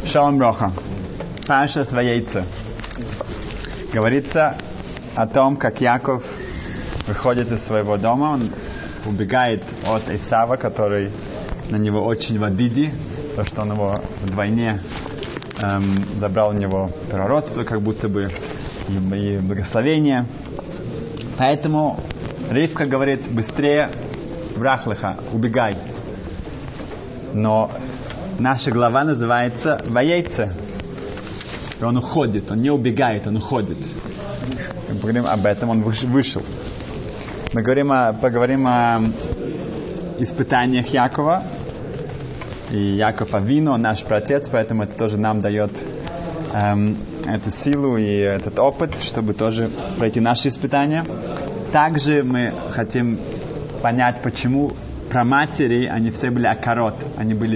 Шалом броха. Паршас Ваейце. Говорится о том, как Яков выходит из своего дома, он убегает от Исава, который на него очень в обиде, то, что он его вдвойне забрал у него пророчество, как будто бы и благословение. Поэтому Ривка говорит: быстрее, брахлыха, убегай. Но наша глава называется Ваейце. И он уходит, он не убегает, он уходит. Мы поговорим об этом, он вышел. Мы поговорим о испытаниях Якова. И Яков Авину, он наш праотец, поэтому это тоже нам дает эту силу и этот опыт, чтобы тоже пройти наши испытания. Также мы хотим понять, почему праматери, они все были акарот, они были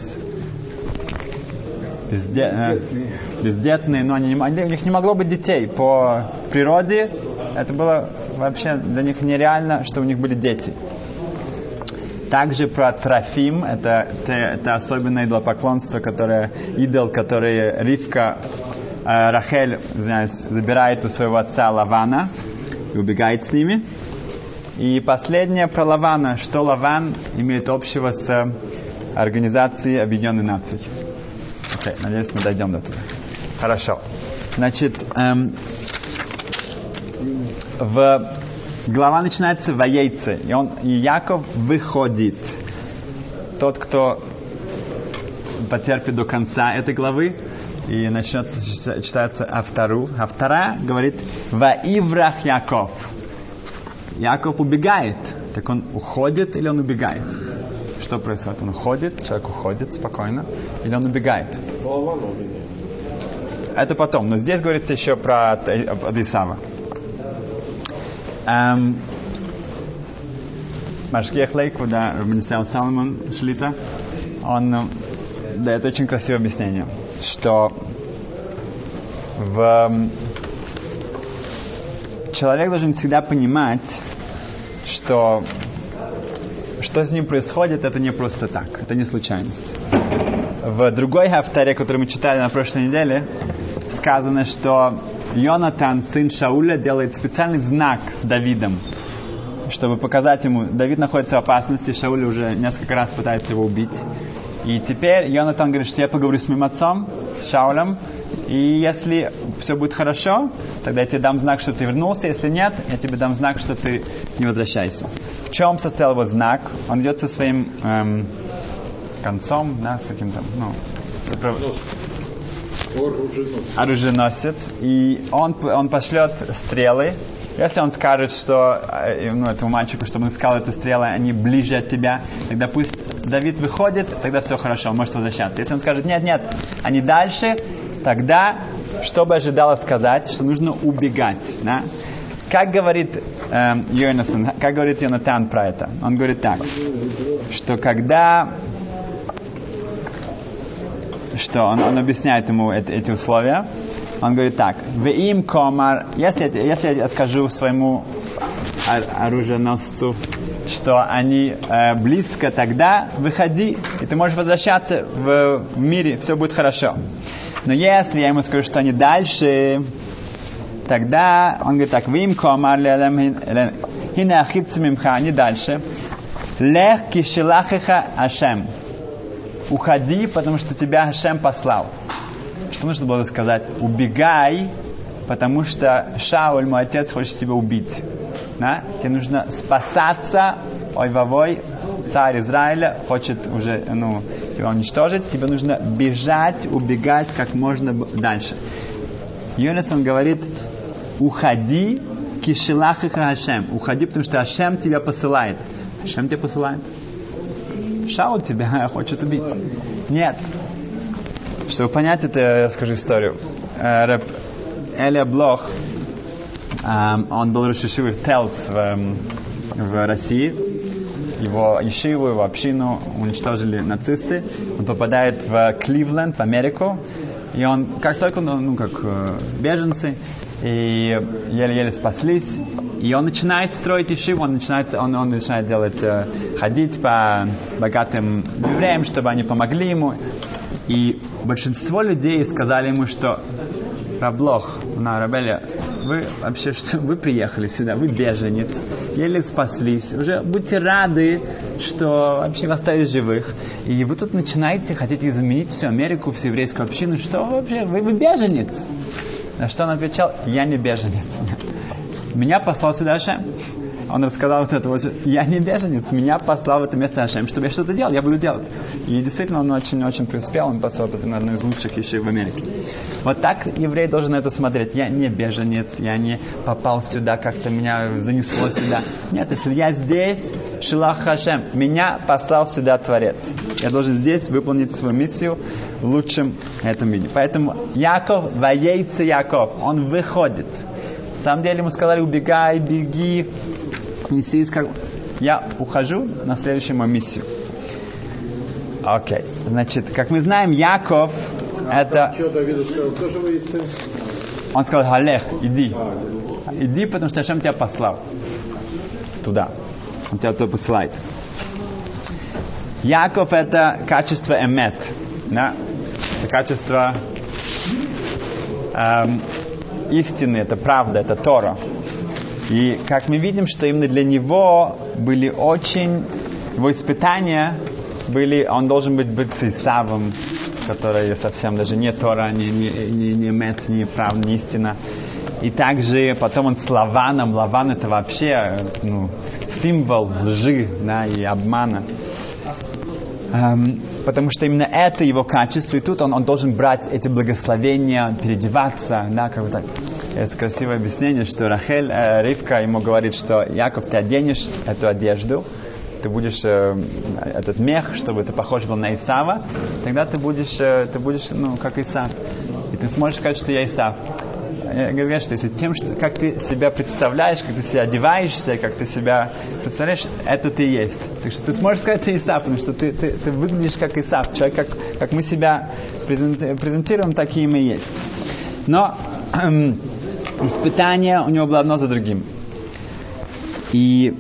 бездетные, но у них не могло быть детей. По природе это было вообще для них нереально, что у них были дети. Также про Трофим, это особенное идолопоклонство, идол, который Ривка, Рахель, забирает у своего отца Лавана и убегает с ними. И последнее про Лавана, что Лаван имеет общего с Организацией Объединенных Наций. Окей, надеюсь, мы дойдем до туда. Хорошо. Значит, глава начинается Ваейце, и Яков выходит. Тот, кто потерпит до конца этой главы, и читается Автору. Автора говорит: Ваиврах Яков. Яков убегает. Так он уходит или он убегает? Что происходит? Он уходит, человек уходит спокойно, или он убегает? Это потом. Но здесь говорится еще про Исава. Машгех Лейку, да, Рабинисел Салмон Шлита, он дает очень красивое объяснение, что человек должен всегда понимать, что с ним происходит, это не просто так, это не случайность. В другой авторе, который мы читали на прошлой неделе, сказано, что Йонатан, сын Шауля, делает специальный знак с Давидом, чтобы показать ему: Давид находится в опасности, Шауль уже несколько раз пытается его убить. И теперь Йонатан говорит, что я поговорю с моим отцом, с Шаулем, и если все будет хорошо, тогда я тебе дам знак, что ты вернулся, если нет, я тебе дам знак, что ты не возвращайся. В чем состоял его знак? Он идет со своим концом, да, с каким-то, оруженосец, и он пошлет стрелы. Если он скажет, что этому мальчику, чтобы он искал эти стрелы, они ближе от тебя, тогда пусть Давид выходит, тогда все хорошо, он может возвращаться. Если он скажет: нет, они дальше, тогда что бы ожидалось сказать, что нужно убегать, да? Как говорит Йонатан про это? Он говорит так, что он объясняет ему эти условия. Он говорит так: «Веим комар», если я скажу своему оруженосцу, что они близко, тогда выходи, и ты можешь возвращаться в мире, все будет хорошо. Но если я ему скажу, что они дальше, тогда он говорит так: «Веим комар хине ахитцу мимха», они дальше, «Лех кишелахеха Ашем», уходи, потому что тебя Ашем послал. Что нужно было сказать? Убегай, потому что Шауль, мой отец, хочет тебя убить. Да? Тебе нужно спасаться, ой-вовой, царь Израиля хочет уже тебя уничтожить. Тебе нужно бежать, убегать как можно дальше. Йонатан говорит: уходи, кишелахеха Ашем. Уходи, потому что Ашем тебя посылает. Ашем тебя посылает? Шауль тебя хочет убить. Нет. Чтобы понять это, я расскажу историю. Рэб Элия Блох, он был рош йешивы в Телц в России. Его йешиву, его общину уничтожили нацисты. Он попадает в Кливленд, в Америку. И он, как только, беженцы, и еле-еле спаслись. И он начинает строить йешиву, он начинает ходить по богатым евреям, чтобы они помогли ему. И большинство людей сказали ему, что Раблох, Рабеля, вы вообще что? Вы приехали сюда, вы беженец, еле спаслись. Уже будьте рады, что вообще вас оставили живых. И вы тут начинаете, хотите заменить всю Америку, всю еврейскую общину. Что вообще? Вы беженец. На что он отвечал: я не беженец. Меня послал сюда Ашем. Он рассказал вот это вот: я не беженец, меня послал в это место Ашем, чтобы я что-то делал, я буду делать. И действительно он очень преуспел, он послал это на одну из лучших еще в Америке. Вот так еврей должен на это смотреть. Я не беженец, я не попал сюда, как-то меня занесло сюда. Нет, если я здесь, Шилах Ашем, меня послал сюда Творец. Я должен здесь выполнить свою миссию в лучшем этом виде. Поэтому Яков, воейца Яков, он выходит. На самом деле ему сказали: убегай, беги, неси, я ухожу на следующую мою миссию. Окей. Значит, как мы знаем, Яков это... Он сказал: Халех, иди. Иди, потому что Ашем тебя послал туда. Он тебя туда посылает. Яков это качество эмет. Да? Это качество истины, это правда, это Тора. И как мы видим, что именно для него были очень... Его испытания были... Он должен быть с Исавом, который совсем даже не Тора, не мет, не правда, не истина. И также потом он с Лаваном. Лаван это вообще символ лжи, да, и обмана. Потому что именно это его качество. И тут он должен брать эти благословения, переодеваться, да, как бы так. Есть красивое объяснение, что Рахель, Ривка ему говорит, что Яков, ты оденешь эту одежду, ты будешь этот мех, чтобы ты похож был на Исава, тогда ты будешь как Исав. И ты сможешь сказать, что я Исав. Я говорю, что если тем, что, как ты себя представляешь, как ты себя одеваешься, как ты себя представляешь, это ты и есть. Так что ты сможешь сказать, ты Исав, потому что ты выглядишь как Исав. Человек, как мы себя презентируем, таким и есть. Но испытание у него было одно за другим. И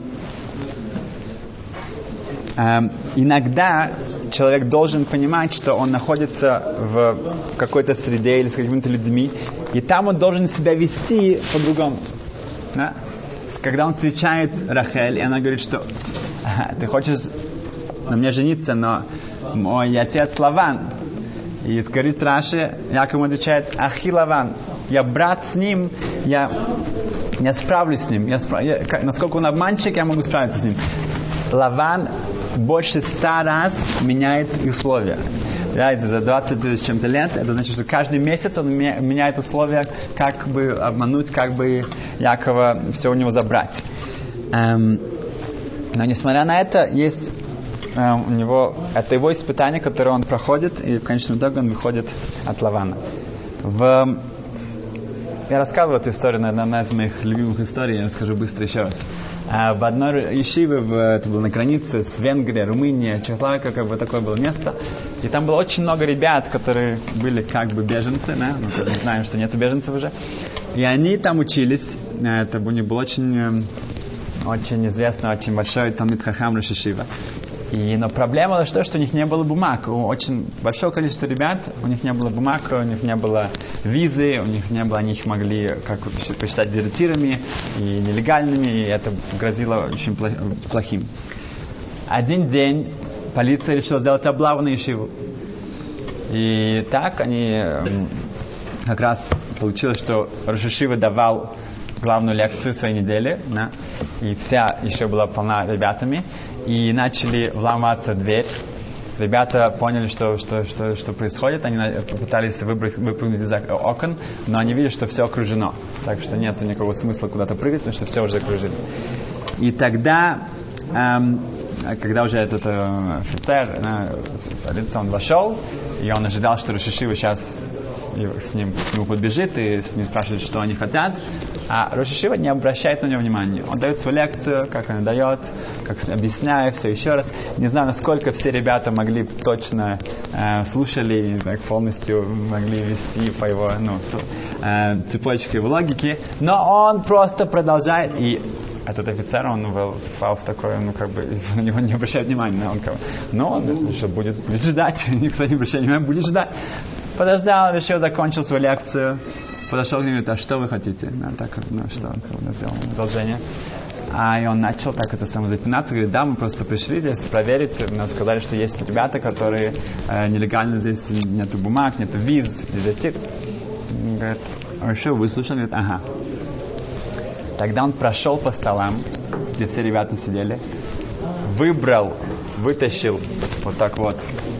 иногда человек должен понимать, что он находится в какой-то среде или с какими-то людьми, и там он должен себя вести по-другому. Да? Когда он встречает Рахель, и она говорит, что ты хочешь на мне жениться, но мой отец Лаван. И говорит Раши, Яков ему отвечает: Ахи Лаван, я брат с ним, я справлюсь с ним. Насколько он обманщик, я могу справиться с ним. Лаван больше 100 раз меняет условия. Да, это за 20 с чем-то лет. Это значит, что каждый месяц он меняет условия, как бы обмануть, как бы Якова все у него забрать. Но несмотря на это, есть у него, это его испытание, которое он проходит, и в конечном итоге он выходит от Лавана. Я рассказывал эту историю, наверное, одна из моих любимых историй, я расскажу быстро еще раз. В одной ешиве, это было на границе с Венгрией, Румынией, Чехословакией, как бы такое было место. И там было очень много ребят, которые были как бы беженцы, да? Мы знаем, что нету беженцев уже. И они там учились. Это у них был очень известный, очень большой Талмид Хахам Рош ешива. Но проблема была в том, что у них не было бумаг. У очень большого количества ребят у них не было бумаг, у них не было визы, у них не было, они их могли как посчитать дезертирами и нелегальными, и это грозило очень плохим. Один день полиция решила сделать облаву на ешиву. И так они как раз получилось, что Рош ешива давал главную лекцию своей недели, да, и вся еще была полна ребятами, и начали вламываться в дверь. Ребята поняли, что происходит, они попытались выпрыгнуть из окон, но они видели, что все окружено, так что нет никакого смысла куда-то прыгать, потому что все уже окружили. И тогда, когда уже этот офицер, он вошел, и он ожидал, что Рош ешива сейчас к нему подбежит и с ним спрашивает, что они хотят, а Рош ешива не обращает на него внимания. Он дает свою лекцию, как он дает, как объясняет все еще раз. Не знаю, насколько все ребята могли точно слушали и так полностью могли вести по его цепочке его логики, но он просто продолжает, и этот офицер, он впал в такое, на него не обращают внимания. Он что, будет ждать, никто не обращает внимания, будет ждать. Подождал, решил, закончил свою лекцию. Подошел к нему и говорит: а что вы хотите? Что он сделал одолжение. И он начал так запинаться, говорит: да, мы просто пришли здесь проверить. Нам сказали, что есть ребята, которые нелегально здесь, нету бумаг, нету виз, визитик. Говорит, решил, выслушал, говорит: ага. Тогда он прошел по столам, где все ребята сидели, вытащил вот так вот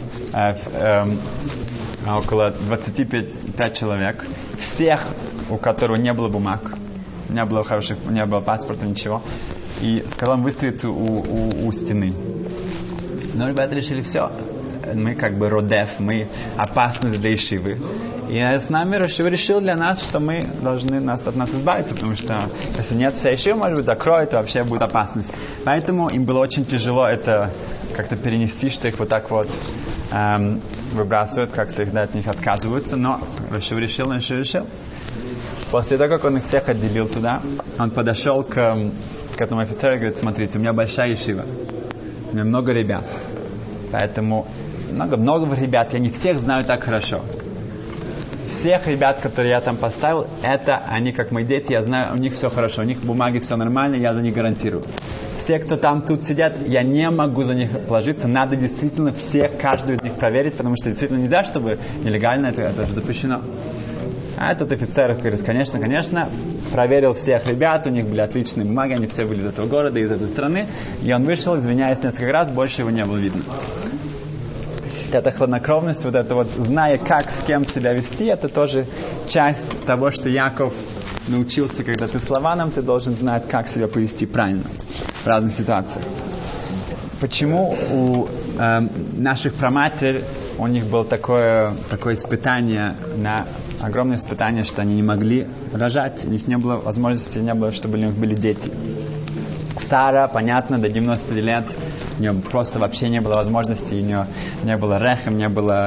около 25 человек, всех, у которых не было бумаг, не было паспорта, ничего, и сказал им выстроиться у стены. Но ребята решили: все, мы родев, мы опасность для ешивы. И с нами решил для нас, что мы должны от нас избавиться, потому что если нет, вся ешива, может быть, закроет, и вообще будет опасность. Поэтому им было очень тяжело это как-то перенести, что их вот так вот выбрасывают, как-то от них отказываются, но решил. После того, как он их всех отделил туда, он подошел к этому офицеру и говорит: смотрите, у меня большая ешива, у меня много ребят, поэтому много ребят, я не всех знаю так хорошо. Всех ребят, которые я там поставил, это они как мои дети, я знаю, у них все хорошо, у них бумаги, все нормально, я за них гарантирую. Все, кто тут сидят, я не могу за них положиться, надо действительно всех, каждого из них проверить, потому что действительно нельзя, чтобы нелегально это запрещено. А этот офицер говорит: конечно, проверил всех ребят, у них были отличные бумаги, они все были из этого города, из этой страны, и он вышел, извиняясь несколько раз, больше его не было видно. Эта хладнокровность, зная, как с кем себя вести, это тоже часть того, что Яков научился, когда ты с Лаваном, ты должен знать, как себя повести правильно в разных ситуациях. Почему у наших праматерь, у них было такое испытание, огромное испытание, что они не могли рожать, у них не было возможности, чтобы у них были дети. Сара, понятно, до 90 лет у нее просто вообще не было возможности, у нее не было рехем, не было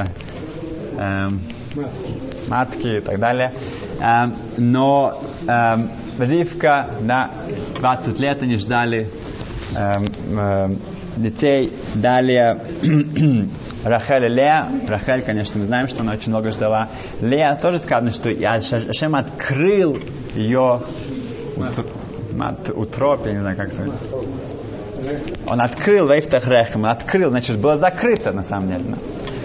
матки и так далее. Но Ривка, 20 лет они ждали детей. Далее Рахель и Лея. Рахель, конечно, мы знаем, что она очень много ждала. Лея тоже сказано, что Ашем открыл ее утроп, я не знаю, как сказать. Он открыл Вейфтах Рехем, значит, было закрыто на самом деле.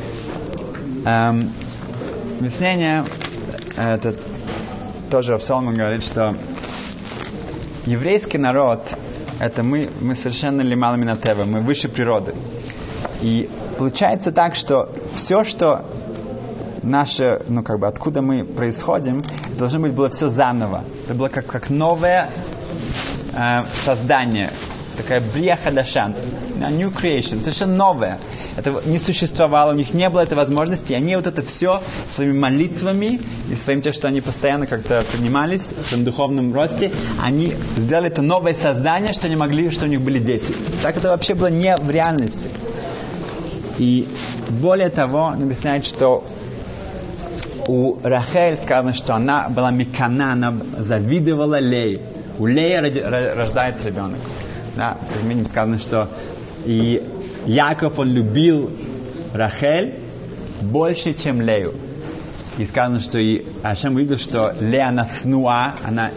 Объяснение, это тоже Авсоломон говорит, что еврейский народ, это мы совершенно лимал минатева, мы выше природы. И получается так, что все, что наше, откуда мы происходим, должно быть было все заново. Это было как новое создание, такая брия хадашан, new creation, совершенно новое. Это не существовало, у них не было этой возможности, и они это все своими молитвами и своим тем, что они постоянно как-то поднимались в своем духовном росте, они сделали это новое создание, что они могли, что у них были дети. Так это вообще было не в реальности. И более того, он объясняет, что у Рахель сказано, что она была микана, она завидовала Лее. У Леи рождается ребенок. Да, как минимум сказано, что и Яков, он любил Рахель больше, чем Лею. И сказано, что и Ашем увидел, что Лея, она снуа, она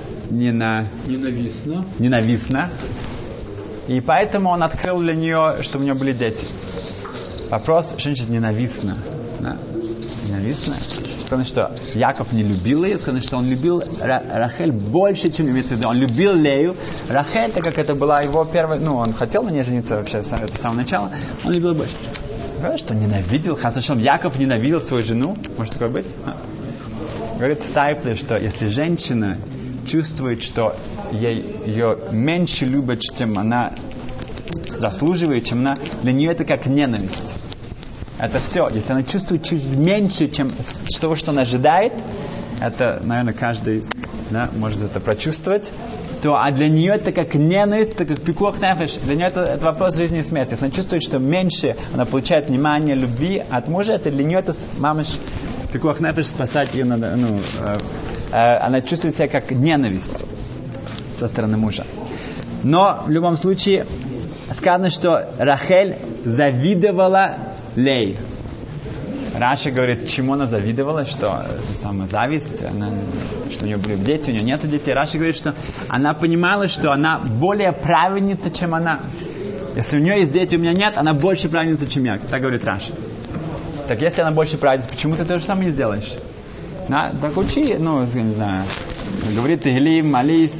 ненавистна. И поэтому он открыл для нее, чтобы у нее были дети. Вопрос, что значит ненавистна? Да? Ненавистна. Сказано, что Яков не любил ее, сказано, что он любил Рахель больше, чем имеется в виду. Он любил Лею. Рахель, так как это была его первая... он хотел на ней жениться вообще, это с самого начала. Он любил больше. Говорит, что ненавидел. Хасашом Яков ненавидел свою жену. Может такое быть? Говорит Стайплер, что если женщина чувствует, что ее меньше любят, чем она заслуживает, чем она, для нее это как ненависть. Это все. Если она чувствует чуть меньше, чем того, что она ожидает, это, наверное, каждый может это прочувствовать, то а для нее это как ненависть, это как пикуах нефеш. Для нее это вопрос жизни и смерти. Если она чувствует, что меньше она получает внимание, любви от мужа, это для нее это мамыш пикуах нефеш, спасать ее надо. Она чувствует себя как ненависть со стороны мужа. Но в любом случае сказано, что Рахель завидовала Лей. Раша говорит, чему она завидовала, что самая зависть, что у нее были дети, у нее нет детей. Раша говорит, что она понимала, что она более праведница, чем она. Если у нее есть дети, у меня нет, она больше праведница, чем я. Так говорит Раша. Так если она больше праведница, почему ты то же самое не сделаешь? Так учи, не знаю, говорит Тегилим, молись,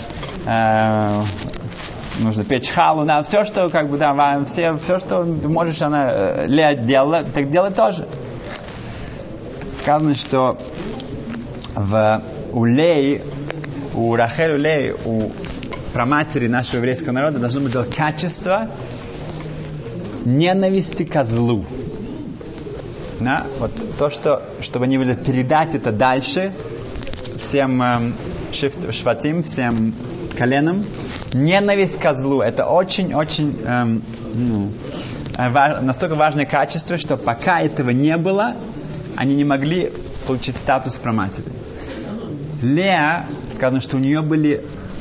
нужно печь халу, все, что все, что ты можешь, она Лея делала, так делай тоже. Сказано, что у Леи, у Рахель, у Леи, у праматери нашего еврейского народа должно быть качество ненависти ко злу. Вот то, чтобы они были передать это дальше всем шватим, всем коленам. Ненависть ко злу — это очень-очень настолько важное качество, что пока этого не было, они не могли получить статус праматери. Лея, сказано, что у нее были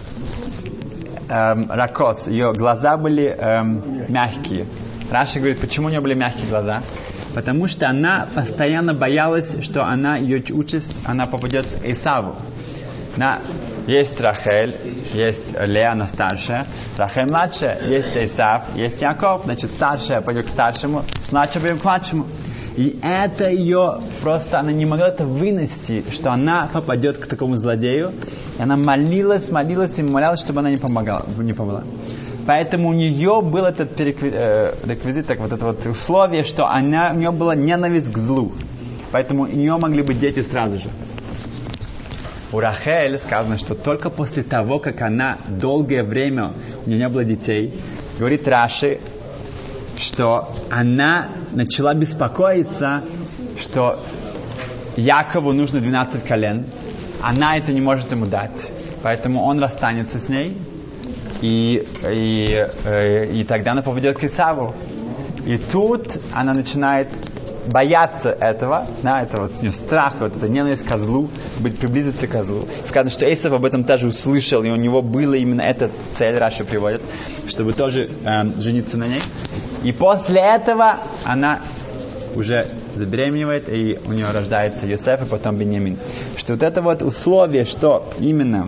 ракос, ее глаза были мягкие. Раша говорит, почему у нее были мягкие глаза? Потому что она постоянно боялась, что ее участь, она попадет к Эсаву. Есть Рахель, есть Лея, она старшая, Рахель младшая, есть Эсав, есть Яков, значит старшая пойдет к старшему, младшая пойдет к младшему. И это ее просто, она не могла это вынести, что она попадет к такому злодею. И она молилась и молилась, чтобы она не помогла. Поэтому у нее был этот реквизит, это условие, что у нее была ненависть к злу. Поэтому у нее могли быть дети сразу же. У Рахель сказано, что только после того, как она долгое время, у нее не было детей, говорит Раши, что она начала беспокоиться, что Якову нужно 12 колен, она это не может ему дать, поэтому он расстанется с ней, и тогда она поведет к Исаву. И тут она начинает бояться этого, это у нее страх, это ненависть ко злу, приблизиться к козлу. Сказано, что Эйсав об этом тоже услышал, и у него была именно эта цель, Раша приводит, чтобы тоже жениться на ней. И после этого она уже забеременевает, и у нее рождается Йосеф, и потом Беньямин. Что это условие, что именно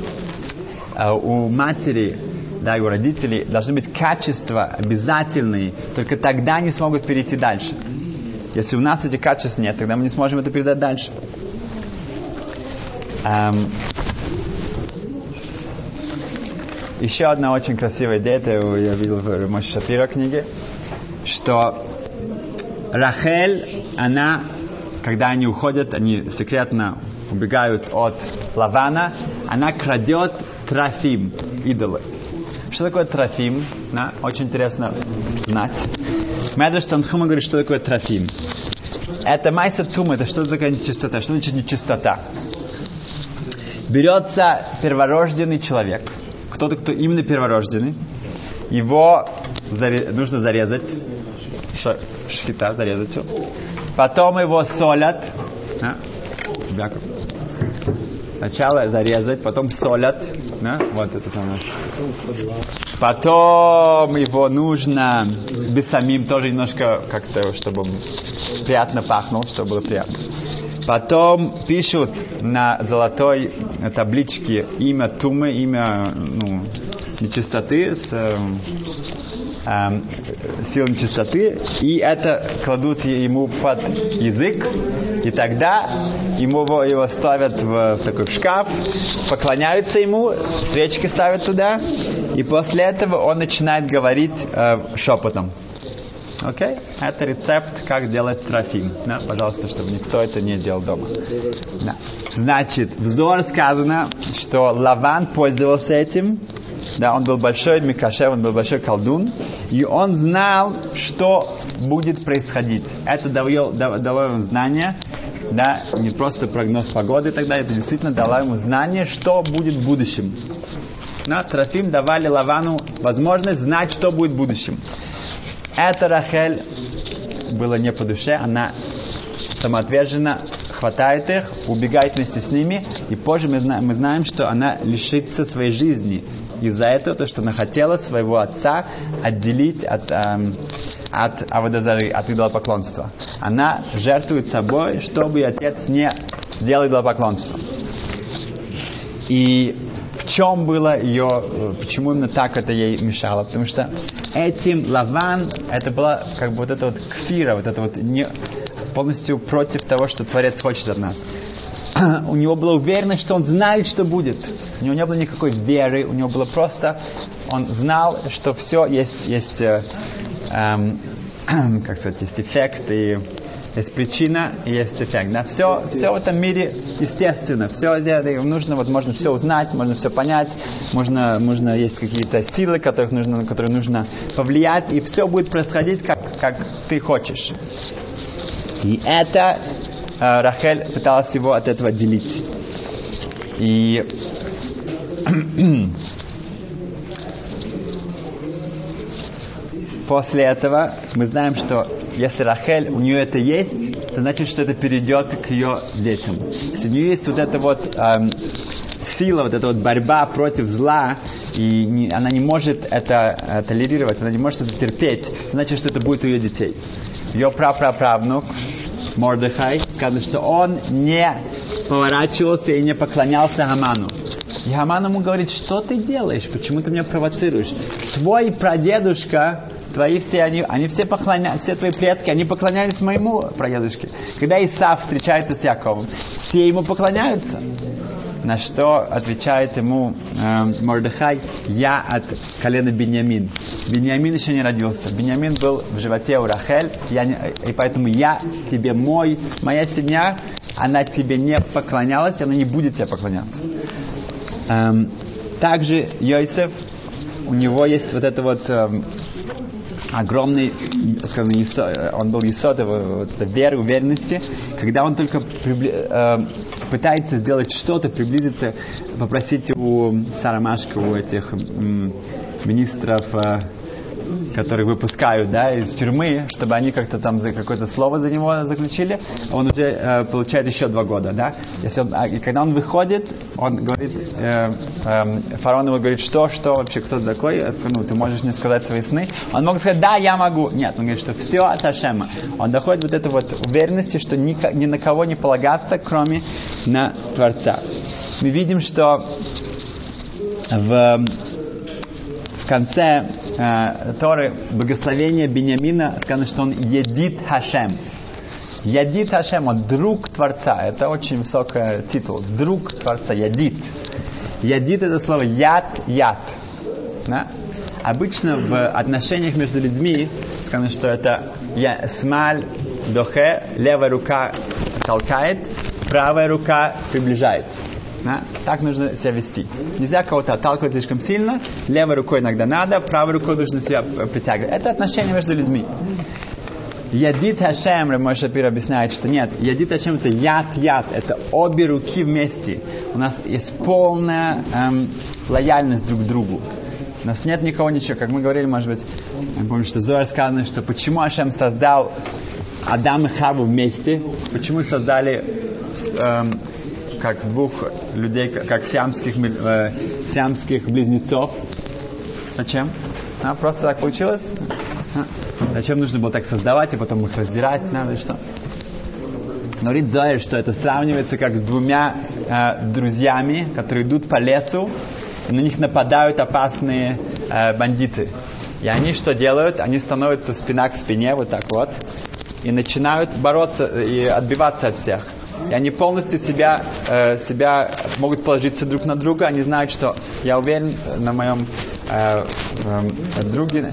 у матери, и у родителей должны быть качества обязательные, только тогда они смогут перейти дальше. Если у нас этих качеств нет, тогда мы не сможем это передать дальше. Еще одна очень красивая идея, это я видел в Моше Шапиро книге, что Рахель, она, когда они уходят, они секретно убегают от Лавана, она крадет трофим, идолы. Что такое трофим? Очень интересно знать. Медраш Танхума говорит, что такое трофим. Это майсер тума, это что такое нечистота? Что значит нечистота? Берется перворожденный человек, кто именно перворожденный, его нужно зарезать, шхита, зарезать его. Потом его солят. Сначала зарезать, потом солят. Вот это самое. Потом его нужно бесамим, тоже немножко как-то, чтобы приятно пахнул, чтобы было приятно. Потом пишут на золотой табличке имя Тумы, имя нечистоты, с силой нечистоты, и это кладут ему под язык, и тогда его ставят в такой шкаф, поклоняются ему, свечки ставят туда, и после этого он начинает говорить шепотом. Окей? Это рецепт, как делать трофим. Пожалуйста, чтобы никто это не делал дома. Значит, в Зоар сказано, что Лаван пользовался этим. Он был большой Микашев, он был большой колдун. И он знал, что будет происходить. Это дало ему знание, не просто прогноз погоды и так далее. Это действительно дало ему знание, что будет в будущем. Трофим давали Лавану возможность знать, что будет в будущем. Это Рахель было не по душе, она самоотверженно хватает их, убегает вместе с ними, и позже мы знаем, что она лишится своей жизни. из-за этого, то, что она хотела своего отца отделить от аводазары, от идолопоклонства. Она жертвует собой, чтобы отец не делал идолопоклонство. И в чем было ее, почему именно так это ей мешало? Потому что этим Лаван, это была как бы вот эта вот кфира, вот это вот не, полностью против того, что Творец хочет от нас. У него была уверенность, что он знает, что будет. У него не было никакой веры, у него было просто, он знал, что все есть как сказать, есть эффект, и есть причина, и есть эффект. Да? Все в этом мире естественно. Все нужно, вот можно все узнать, можно все понять, можно есть какие-то силы, которые нужно повлиять, и все будет происходить, как ты хочешь. И это Рахель пыталась его от этого отделить. И после этого мы знаем, что если Рахель, у нее это есть, это значит, что это перейдет к ее детям. Если у нее есть вот эта вот сила, вот эта вот борьба против зла, и она не может это толерировать, она не может это терпеть, это значит, что это будет у ее детей. Ее прапраправнук Мордехай, сказано, что он не поворачивался и не поклонялся Хаману. И Хаман ему говорит, что ты делаешь, почему ты меня провоцируешь? Твой прадедушка, твои все, они все поклонялись, все твои предки, они поклонялись моему прадедушке. Когда Исав встречается с Яковом, все ему поклоняются. На что отвечает ему Мордехай: я от колена Биньямин. Биньямин еще не родился. Биньямин был в животе у Рахель, и поэтому я тебе моя семья, она тебе не поклонялась, она не будет тебе поклоняться. Также Йосеф, у него есть вот это вот огромный, скажем, он был есод, вот эта вера, уверенности, когда он только пытается сделать что-то, приблизиться, попросить у Сарамашка, у этих министров, которые выпускают, да, из тюрьмы, чтобы они как-то там за какое-то слово за него заключили, он уже получает еще 2 года, да. И когда он выходит, он говорит, фараон ему говорит, что вообще, кто ты такой? Ну, ты можешь мне сказать свои сны? Он мог сказать, да, я могу. Нет, он говорит, что все от Ашема. Он доходит вот этой вот уверенности, что ни на кого не полагаться, кроме на Творца. Мы видим, что в конце Торы благословение Биньямина сказано, что он едит Хашем. Едит Хашем, он друг Творца. Это очень высокий титул. Друг Творца, едит. Едит — это слово яд. Да? Обычно в отношениях между людьми сказано, что это смаль дохе, левая рука толкает, правая рука приближает. Да? Так нужно себя вести. Нельзя кого-то отталкивать слишком сильно. Левой рукой иногда надо, правой рукой нужно себя притягивать. Это отношения между людьми. Ядит Хашем, Рав Моше Шапир объясняет, что нет. Ядит Хашем — это яд. Это обе руки вместе. У нас есть полная лояльность друг к другу. У нас нет никого ничего. Как мы говорили, может быть, я помню, что Зоар сказано, что почему Хашем создал Адам и Хаву вместе, почему создали как 2 людей, как сиамских близнецов. Зачем? Просто так получилось? Зачем нужно было так создавать, и потом их раздирать? Надо что? Но говорит Зоар, что это сравнивается как с 2 друзьями, которые идут по лесу, и на них нападают опасные бандиты. И они что делают? Они становятся спина к спине, вот так вот, и начинают бороться и отбиваться от всех. И они полностью себя могут положиться друг на друга. Они знают, что я уверен на моем друге.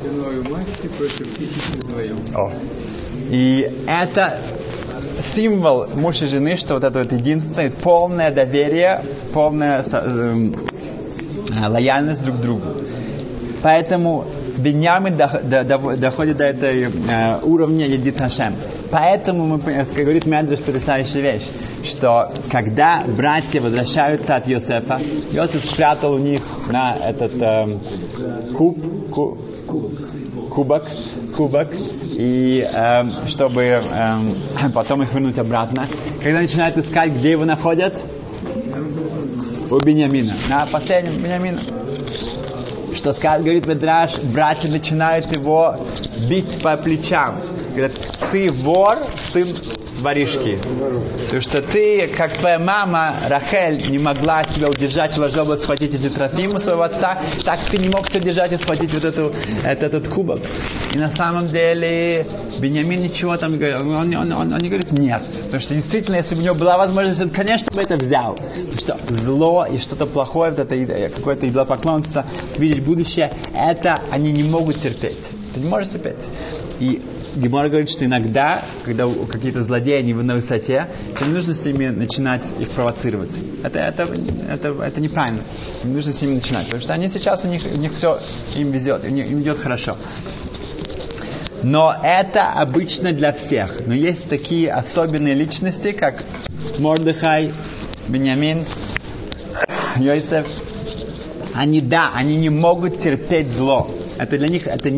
И это символ мужа и жены, что вот это вот единство, полное доверие, полная лояльность друг к другу. Поэтому Биньямин доходит до этого уровня едит Хашем. Поэтому говорит Медраш потрясающая вещь, что когда братья возвращаются от Йосефа, Йосеф спрятал у них на этот кубок, и чтобы потом их вернуть обратно. Когда начинают искать, где его находят? У Биньямина. На последнем Биньямина. что говорит Медраш, братья начинают его бить по плечам. Говорят, ты вор, сын воришки. Потому что ты, как твоя мама Рахель, не могла себя удержать, должна была схватить эти Трофима своего отца, так ты не мог себя удержать и схватить вот этот кубок. И на самом деле Беньямин ничего там не говорит. Он не говорит нет. Потому что действительно, если бы у него была возможность, он, конечно, бы это взял. Потому что зло и что-то плохое, вот это какое-то идолопоклонство, видеть будущее, это они не могут терпеть. Ты не можешь терпеть. И Гемара говорит, что иногда, когда какие-то злодеи они на высоте, то не нужно с ними начинать их провоцировать. Это неправильно. Не нужно с ними начинать. Потому что они сейчас, у них все им везет, им идет хорошо. Но это обычно для всех. Но есть такие особенные личности, как Мордехай, Беньямин, Йосеф. Они не могут терпеть зло. Это для них, это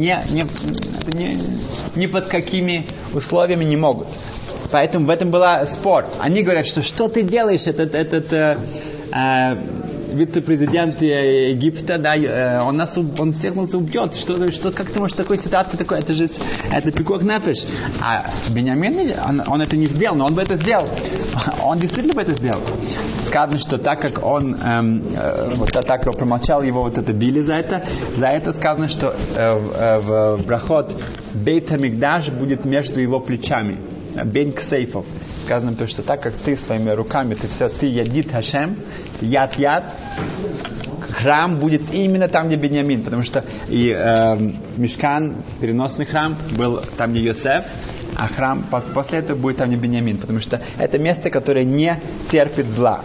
ни под какими условиями не могут. Поэтому в этом был спор. Они говорят, что ты делаешь, этот вице-президент Египта, да, он всех нас убьет. Как ты можешь в такой ситуации такой? Это пикуах нефеш. А Беньямин, он это не сделал, но он бы это сделал. Он действительно бы это сделал. Сказано, что так как он так его промолчал, его вот это били за это сказано, что в брахот Бейт Хамикдаш будет между его плечами. Бен Ксейфов. Сказано, потому что так как ты своими руками, ты ядит Хашем, яд, храм будет именно там, где Беньямин, потому что и Мишкан, переносный храм, был там, где Йосеф, а храм после этого будет там, где Беньямин, потому что это место, которое не терпит зла.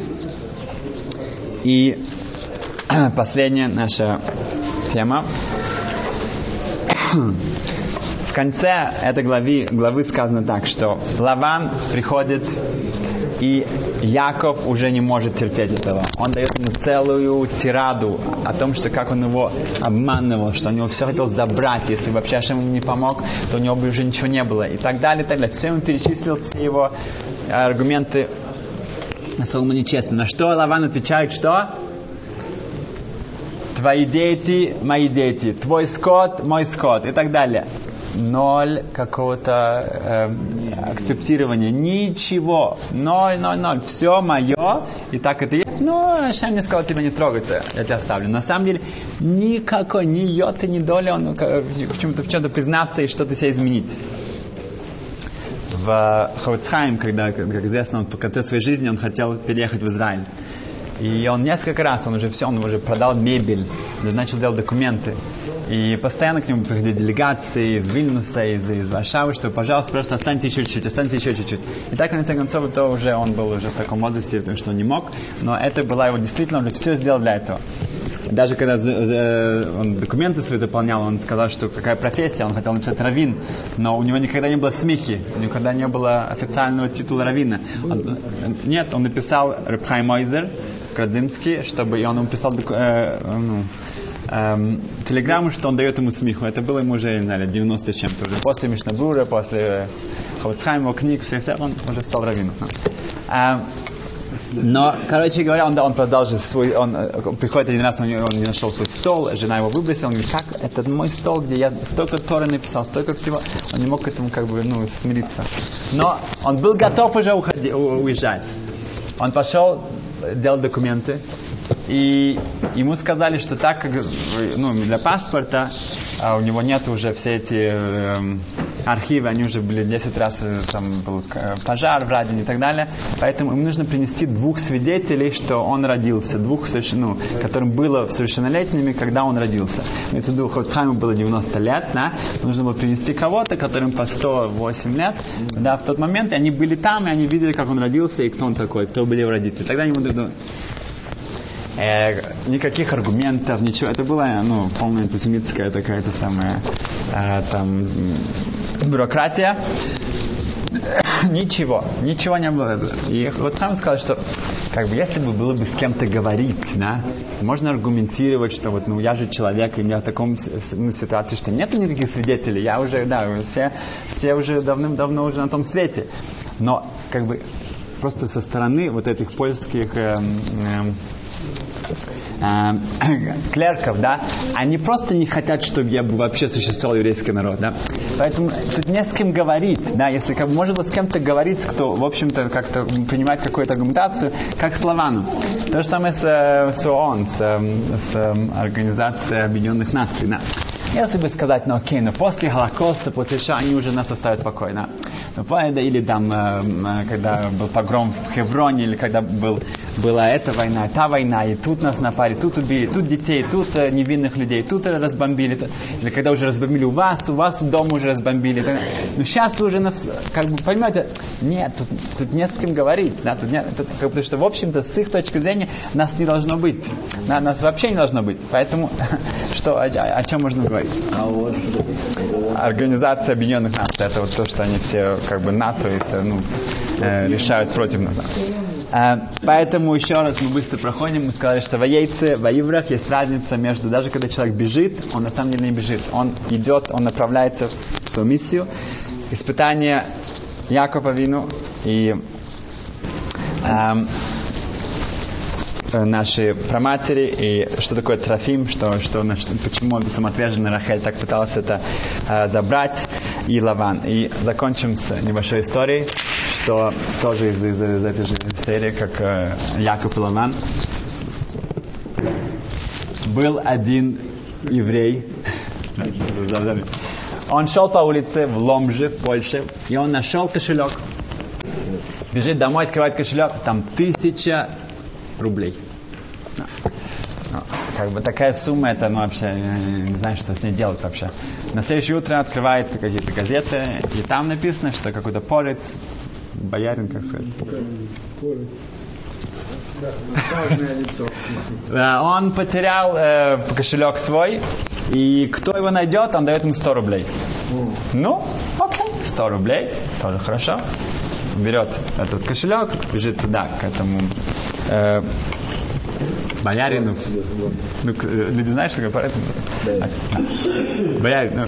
И последняя наша тема. В конце этой главы сказано так, что Лаван приходит, и Яков уже не может терпеть этого. Он дает ему целую тираду о том, что как он его обманывал, что он его все хотел забрать, если вообще Ашем ему не помог, то у него бы уже ничего не было, и так далее, и так далее. Все ему перечислил, все его аргументы, насколько нечестно. На что Лаван отвечает, что? Твои дети, мои дети, твой скот, мой скот, и так далее. Ноль какого-то акцептирования, ничего, ноль, все мое, и так это есть, но Ашем мне сказал, тебя не трогать, я тебя оставлю. На самом деле, никакой, ни йоты, ни доли, он в чем-то признаться и что-то себе изменить. В Хафец Хаим, когда, как известно, он в конце своей жизни он хотел переехать в Израиль. И он несколько раз, он уже продал мебель, начал делать документы. И постоянно к нему приходили делегации из Вильнюса, из Варшавы, что, пожалуйста, просто останьте еще чуть-чуть. И так, в конце концов, то уже он был уже в таком возрасте, потому что он не мог. Но это была его действительно, он уже все сделал для этого. Даже когда он документы свои заполнял, он сказал, что какая профессия, он хотел написать раввин, но у него никогда не было смихи, никогда не было официального титула раввина. Он написал Реб Хаим Ойзер, Крадзинский, чтобы и он ему писал телеграмму, что он дает ему смеху. Это было ему уже, 90 с чем-то. Уже после Мишнабура, после Хафец Хаим, его книг, всех, он уже стал раввином. Но, короче говоря, он продолжил он приходит один раз, он не нашел свой стол, жена его выбросила, он говорит, как, это мой стол, где я столько Торы написал, столько всего, он не мог к этому смириться. Но он был готов уже уезжать. Он пошел делать документы, и ему сказали, что так как для паспорта у него нет уже все эти архивы, они уже были 10 раз, там был пожар в Радине и так далее, поэтому ему нужно принести 2 свидетелей, что он родился, 2, которым было совершеннолетними, когда он родился. Имеется в виду, Хафец Хаиму было 90 лет, да? Нужно было принести кого-то, которым по 108 лет, да, в тот момент, и они были там, и они видели, как он родился, и кто он такой, кто были его родители. Тогда ему никаких аргументов, ничего. Это была, полная антисемитская такая-то самая бюрократия. Ничего не было. И вот сам сказал, что если бы было бы с кем-то говорить, да, можно аргументировать, что я же человек, и у меня в таком ситуации, что нет никаких свидетелей, я уже, все уже давным-давно уже на том свете. Но просто со стороны вот этих польских клерков, да, они просто не хотят, чтобы я вообще существовал еврейский народ, да. Поэтому тут не с кем говорить, да, если может быть с кем-то говорить, кто, в общем-то, как-то принимает какую-то аргументацию, как с Лаваном. То же самое с ООН, с Организацией Объединенных Наций, да. Если бы сказать, ну окей, но после Холокоста, после США, они уже нас оставят в покое, да. Или там, когда был погром в Хевроне, или когда была эта война, та война, и тут нас напали, тут убили, тут детей, тут невинных людей, тут разбомбили, или когда уже разбомбили у вас дом уже разбомбили. Но сейчас вы уже нас, как бы, поймете, нет, тут не с кем говорить, да, потому что, в общем-то, с их точки зрения нас не должно быть, нас вообще не должно быть, поэтому, о чем можно говорить? Организация Объединенных Наций, это вот то, что они все, как бы, НАТО, решают против нас. Поэтому еще раз мы быстро проходим. Мы сказали, что в Ваейце, в Ваиврах есть разница между, даже когда человек бежит, он на самом деле не бежит. Он идет, он направляется в свою миссию. Испытание Якова Вину и наши праматери, и что такое Трофим, почему самоотверженный Рахель так пытался это забрать, и Лаван. И закончим с небольшой историей, что тоже из этой же серии, как Яков и Лаван. Был один еврей, он шел по улице в Ломже, в Польше, и он нашел кошелек. Бежит домой, открывает кошелек, там 1000 рублей. Как бы такая сумма, это, вообще, я не знаю, что с ней делать вообще. На следующее утро открывает какие-то газеты, и там написано, что какой-то порец, боярин, как сказать. Он потерял кошелек свой, и кто его найдет, он дает ему 100 рублей. Ну, окей, 100 рублей, тоже хорошо. Берет этот кошелек, бежит туда, к этому боярину. Люди знают, что говорят? Боярин,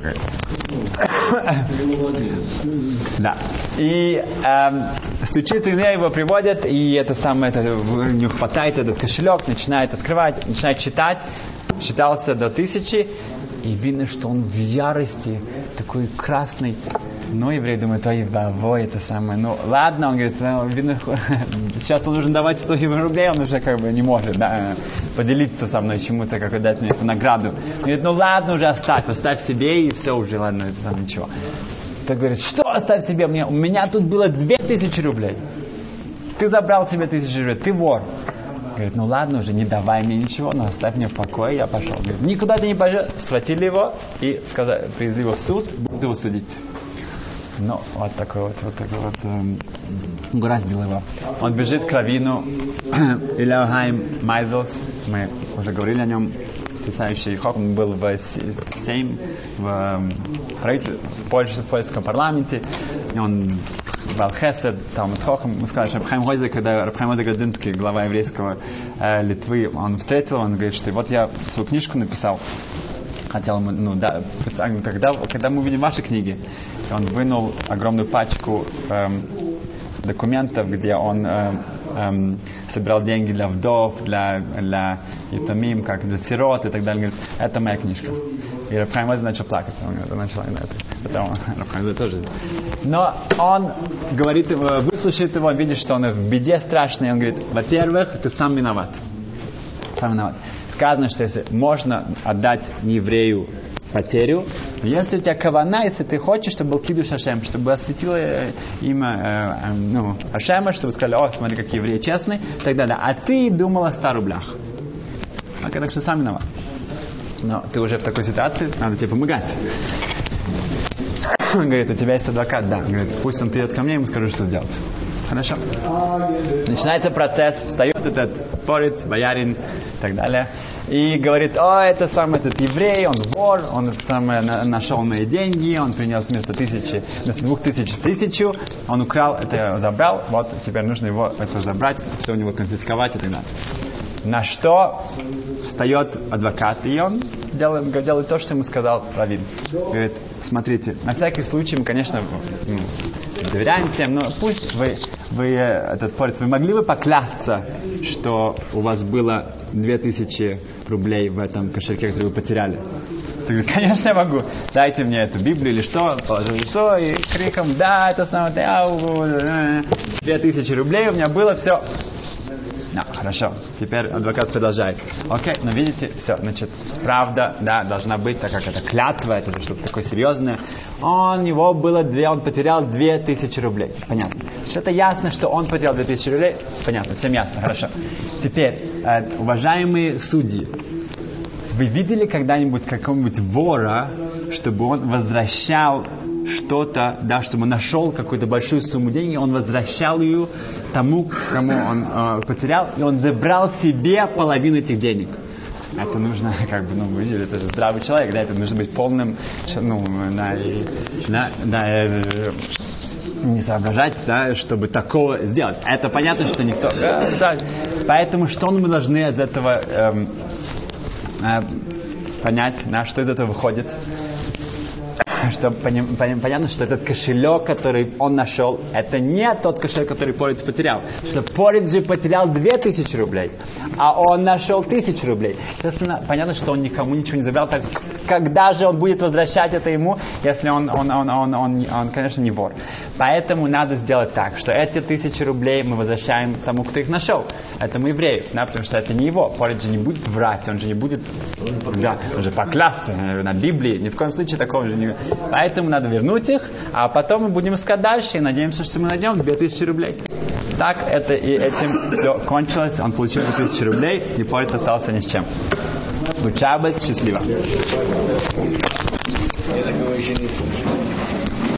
да. И стучится, его приводят, и у него хватает этот кошелек, начинает открывать, начинает читать. Читался до 1000, и видно, что он в ярости, такой красный. Ну, еврей думает, это самое. Ну, ладно, он говорит, видно, сейчас он нужно давать 100 рублей, он уже как бы не может, да, поделиться со мной чему-то, как дать мне эту награду. Он говорит, ну ладно, уже оставь себе, и все уже, ладно, это самое ничего. Так говорит, что оставь себе? У меня тут было 2000 рублей. Ты забрал себе 1000 рублей, ты вор. Говорит, ну ладно уже, не давай мне ничего, но оставь меня в покое, я пошел. Говорит, никуда ты не пойдешь. Схватили его и привезли его в суд, будут его судить. Ну, вот такой вот угораздило его. Он бежит к раввину Ильяухайм Майзелс, мы уже говорили о нем, потрясающий хок, он был в Сейм, в польском парламенте, он был Хесед, Талмуд Хохам. Мы сказали, что Рабхайм Хойзек Радзинский, глава еврейского Литвы, он встретил, он говорит, что вот я свою книжку написал, хотел ему, когда мы увидим ваши книги, он вынул огромную пачку документов, где он собирал деньги для вдов, для ятамим, как для сирот и так далее. Говорит, это моя книжка. И Рабхайм Хойзек начал плакать. Он говорит, начал на это. Потом Рабхайм Хойзек тоже. Но он говорит, выслушает его, видит, что он в беде страшной. Он говорит, во-первых, ты сам виноват. Сказано, что если можно отдать нееврею потерю, если у тебя кавана, если ты хочешь, чтобы был кидуш Ашем, чтобы осветило имя Ашема, чтобы сказали, смотри, как евреи честные, и так далее. А ты думал о 100 рублях. Так что сам виноват. Но ты уже в такой ситуации, надо тебе помогать. Он говорит, у тебя есть адвокат? Да. Он говорит, пусть он придет ко мне, ему скажу, что сделать. Хорошо. Начинается процесс, встает этот порец, боярин и так далее. И говорит, этот еврей, он вор, он нашел мои деньги, он принес вместо 2000 1000, он украл, это я забрал, вот теперь нужно его это забрать, все у него конфисковать и так далее. На что встает адвокат, и он делает то, что ему сказал раввин. Говорит, смотрите, на всякий случай мы, конечно, доверяем всем, но пусть вы могли бы поклясться, что у вас было 2000 рублей в этом кошельке, который вы потеряли? Ты говоришь, конечно, я могу. Дайте мне эту Библию или что, положил лицо и криком, да, это самое, 2000 рублей у меня было, все. Хорошо, теперь адвокат продолжает. Окей, но видите, все, значит, правда, да, должна быть, так как это клятва, это что-то такое серьезное. У него было он потерял 2000 рублей. Понятно. Что-то ясно, что он потерял 2000 рублей. Понятно, всем ясно, хорошо. Теперь, уважаемые судьи, вы видели когда-нибудь какого-нибудь вора, чтобы он возвращал что-то, да, чтобы он нашел какую-то большую сумму денег, он возвращал ее тому, кому он потерял, и он забрал себе половину этих денег? Это нужно, вы видели, это же здравый человек, да, это нужно быть полным, не соображать, да, чтобы такого сделать. Это понятно, что никто... Поэтому что мы должны из этого понять, да, что из этого выходит? Что понятно, что этот кошелек, который он нашел, это не тот кошелек, который Порец потерял. Что Порец же потерял 2000 рублей, а он нашел 1000 рублей. Понятно, что он никому ничего не забрал. Так когда же он будет возвращать это ему, если он конечно, не вор. Поэтому надо сделать так, что эти 1000 рублей мы возвращаем тому, кто их нашел. Этому еврею, да, потому что это не его. Порец же не будет врать, он же не будет, да, он же поклясться на Библии. Ни в коем случае такого же не... Поэтому надо вернуть их, а потом мы будем искать дальше и надеемся, что мы найдем 2000 рублей. Так это и этим все кончилось. Он получил 2000 рублей, и Порец остался ни с чем. Будь счастливо.